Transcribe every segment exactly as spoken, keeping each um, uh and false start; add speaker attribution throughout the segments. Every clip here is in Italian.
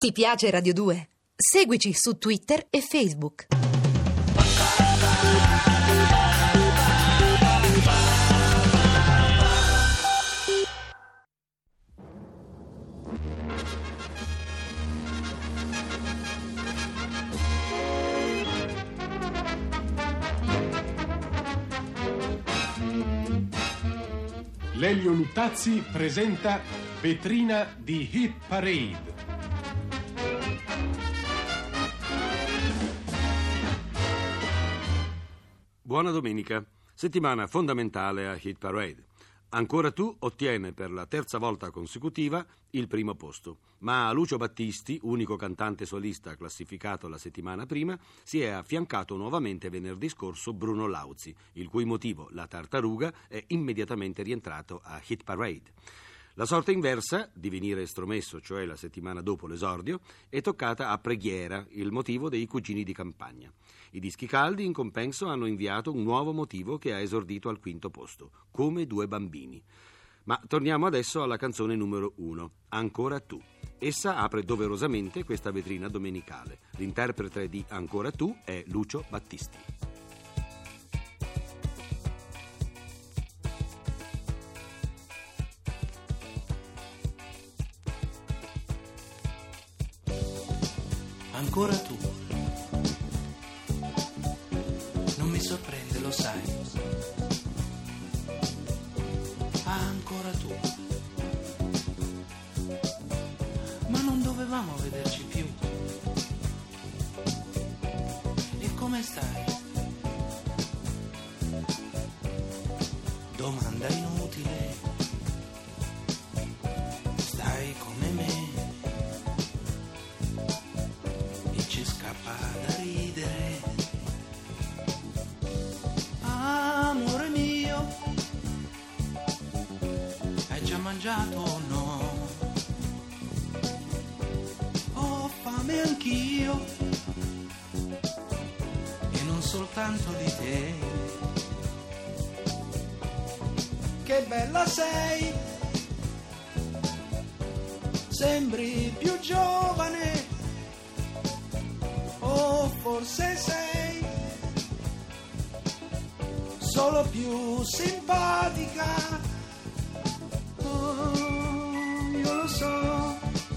Speaker 1: Ti piace Radio due? Seguici su Twitter e Facebook.
Speaker 2: Lelio Luttazzi presenta Vetrina di Hit Parade.
Speaker 3: Buona domenica, settimana fondamentale a Hit Parade. Ancora tu ottiene per la terza volta consecutiva il primo posto, ma a Lucio Battisti, unico cantante solista classificato la settimana prima, si è affiancato nuovamente venerdì scorso Bruno Lauzi, il cui motivo, la tartaruga, è immediatamente rientrato a Hit Parade. La sorte inversa, di venire estromesso, cioè la settimana dopo l'esordio, è toccata a Preghiera, il motivo dei Cugini di Campagna. I dischi caldi, in compenso, hanno inviato un nuovo motivo che ha esordito al quinto posto, Come due bambini. Ma torniamo adesso alla canzone numero uno, Ancora tu. Essa apre doverosamente questa vetrina domenicale. L'interprete di Ancora tu è Lucio Battisti.
Speaker 4: Ancora tu, non mi sorprende, lo sai. Ancora tu, ma non dovevamo vederci più. E come stai? Domanda inutile. Stai come me? Da ridere. Amore mio, hai già mangiato o no? Ho fame anch'io e non soltanto di te. Che bella sei, sembri più giovane. O forse sei solo più simpatica. Oh, io lo so.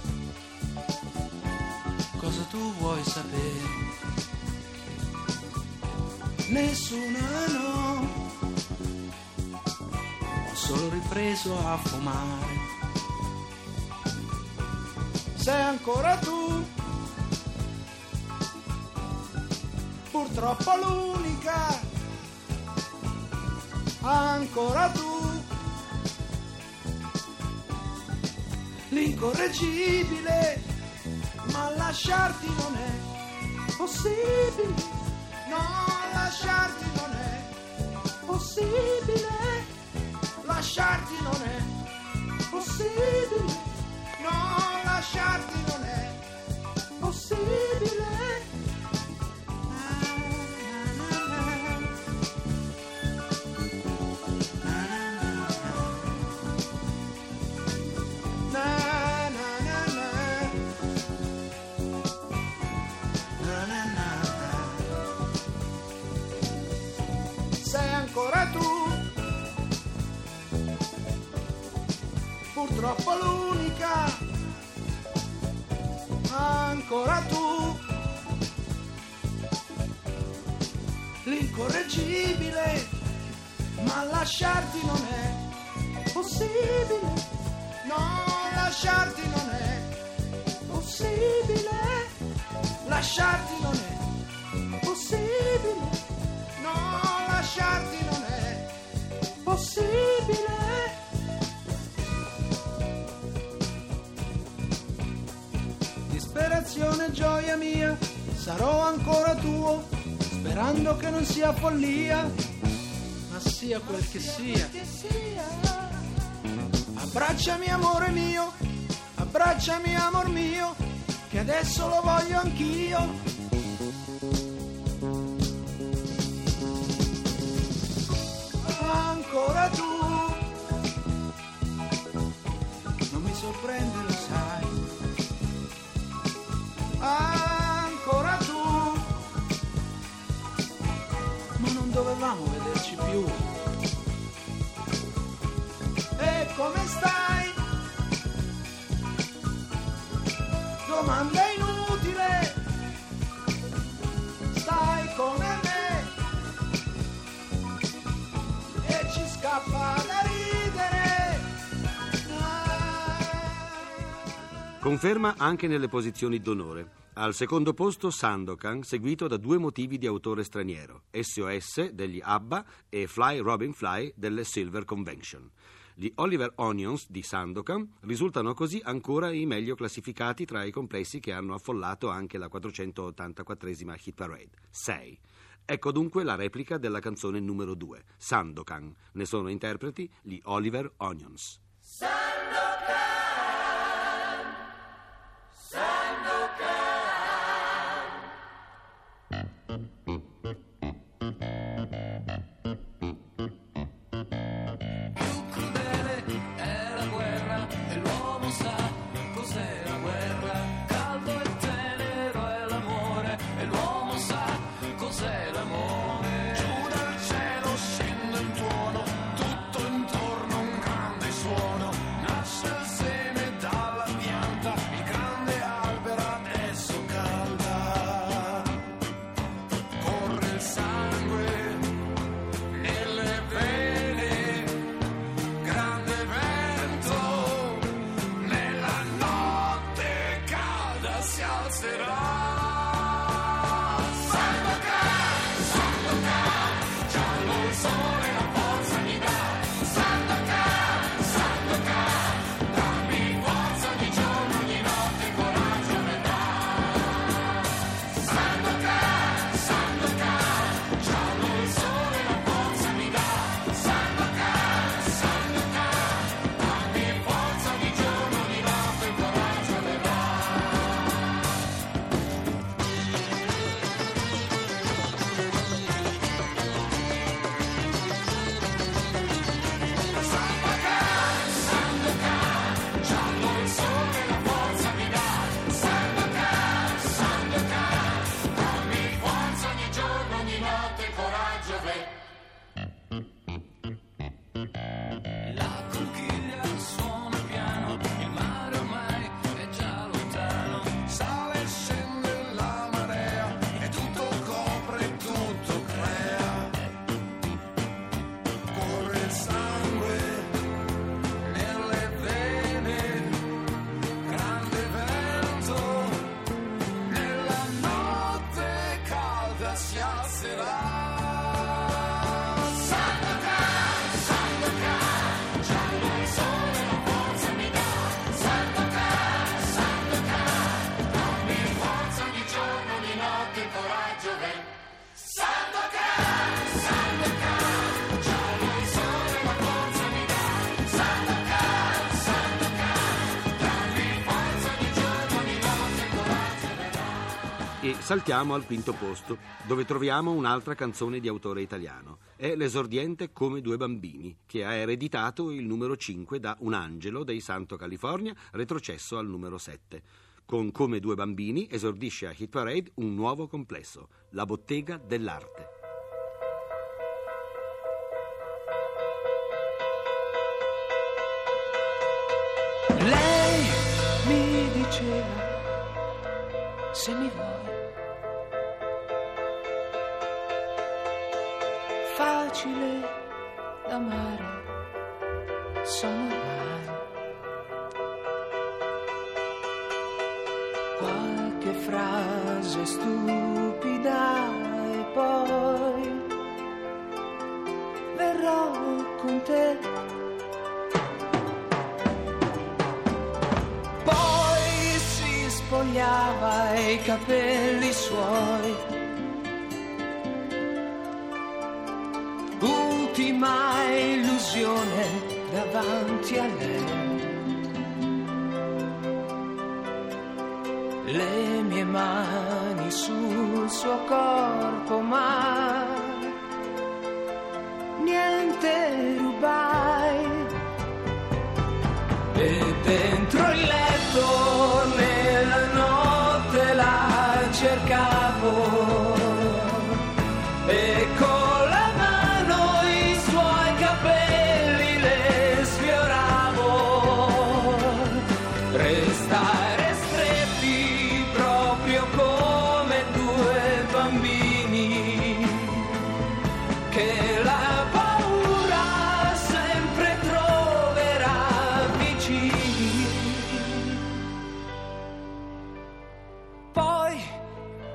Speaker 4: Cosa tu vuoi sapere? Nessuna no. Ho solo ripreso a fumare. Sei ancora tu, purtroppo l'unica, ancora tu, l'incorreggibile, ma lasciarti non è possibile, no, lasciarti non è possibile, lasciarti non è possibile, no, lasciarti non è possibile. Ancora tu, purtroppo l'unica, ancora tu, l'incorreggibile, ma lasciarti non è possibile, no, lasciarti non è possibile, lasciarti non è possibile, no, lasciarti non è possibile. Disperazione, gioia mia, sarò ancora tuo, sperando che non sia follia, ma sia quel che sia. Abbracciami amore mio, abbracciami amor mio, che adesso lo voglio anch'io. Ancora tu, non mi sorprende, lo sai. più. E come stai? Domanda inutile. Stai come me e ci scappa da ridere. Ah.
Speaker 3: Conferma anche nelle posizioni d'onore. Al secondo posto Sandokan, seguito da due motivi di autore straniero, S O S degli ABBA e Fly Robin Fly delle Silver Convention. Gli Oliver Onions di Sandokan risultano così ancora i meglio classificati tra i complessi che hanno affollato anche la quattrocentottantaquattresima Hit Parade, sei. Ecco dunque la replica della canzone numero due, Sandokan. Ne sono interpreti gli Oliver Onions. E saltiamo al quinto posto, dove troviamo un'altra canzone di autore italiano. È l'esordiente Come due bambini, che ha ereditato il numero cinque da Un angelo dei Santo California, retrocesso al numero sette. Con Come due bambini esordisce a Hit Parade un nuovo complesso, La bottega dell'arte.
Speaker 4: Lei mi diceva, se mi vuoi, facile da amare, sono ormai. Qualche frase stupida e poi verrò con te. Poi si spogliava i capelli suoi. Ultima illusione davanti a lei. Le mie mani sul suo corpo, ma niente rubai. E dentro il letto nella notte la cercavo e con la mano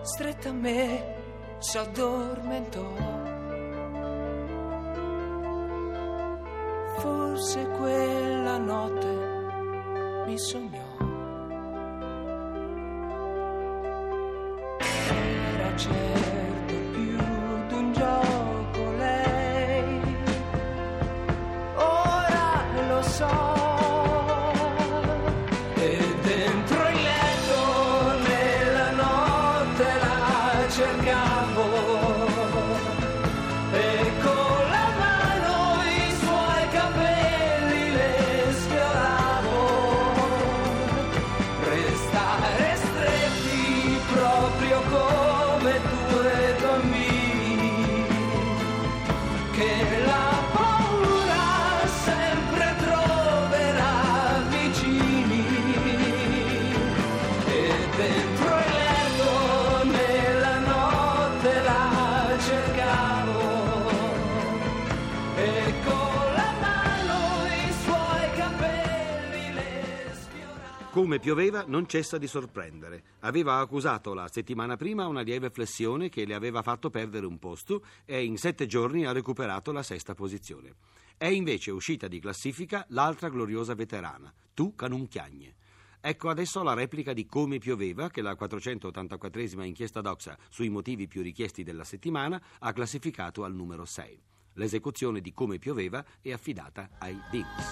Speaker 5: stretta a me, s'addormentò. Forse quella notte mi sognò. Era certo più d'un gioco lei, ora lo so.
Speaker 3: Come pioveva non cessa di sorprendere. Aveva accusato la settimana prima una lieve flessione che le aveva fatto perdere un posto e in sette giorni ha recuperato la sesta posizione. È invece uscita di classifica l'altra gloriosa veterana, Tu Canunchiagne. Ecco adesso la replica di Come pioveva che la quattrocentottantaquattresima inchiesta Doxa sui motivi più richiesti della settimana ha classificato al numero sei. L'esecuzione di Come pioveva è affidata ai Dings.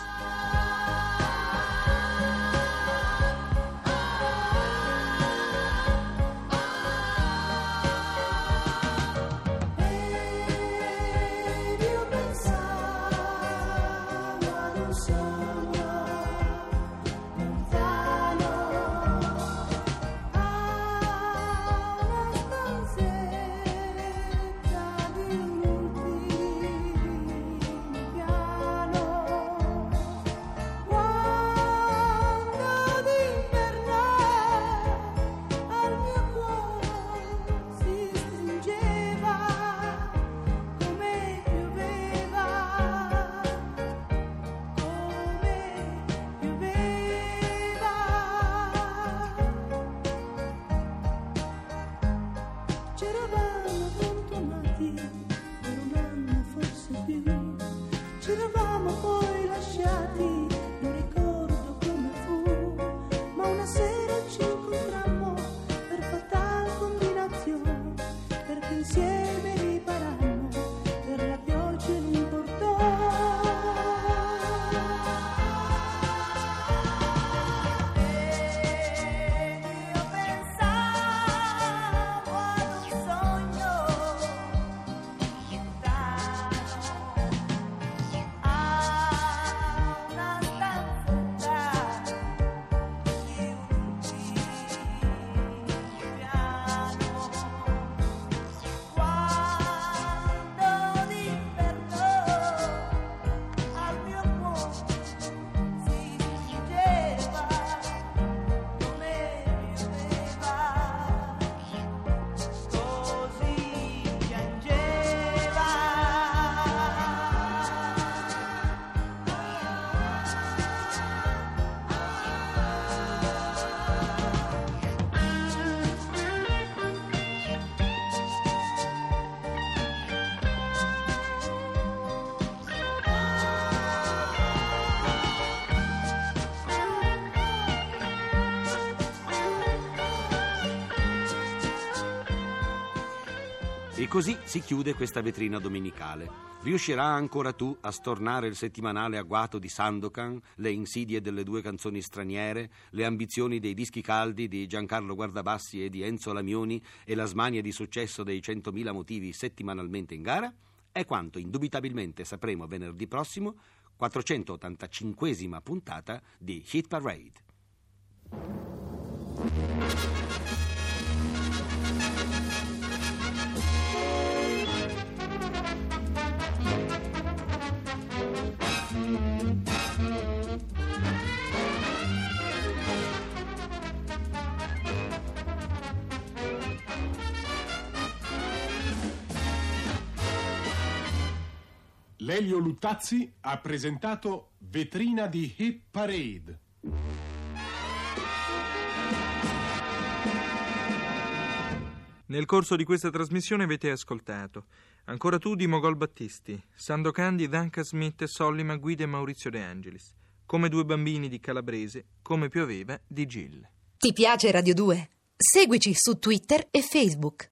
Speaker 3: E così si chiude questa vetrina domenicale. Riuscirà ancora tu a stornare il settimanale agguato di Sandokan, le insidie delle due canzoni straniere, le ambizioni dei dischi caldi di Giancarlo Guardabassi e di Enzo Lamioni e la smania di successo dei centomila motivi settimanalmente in gara? È quanto indubitabilmente sapremo venerdì prossimo, quattrocentottantacinquesima puntata di Hit Parade.
Speaker 2: Lelio Luttazzi ha presentato Vetrina di Hit Parade.
Speaker 6: Nel corso di questa trasmissione avete ascoltato Ancora tu di Mogol Battisti, Sandokan, Danca Smith, Sollima, Guida e Maurizio De Angelis, Come due bambini di Calabrese, Come pioveva di Gill.
Speaker 1: Ti piace Radio due? Seguici su Twitter e Facebook.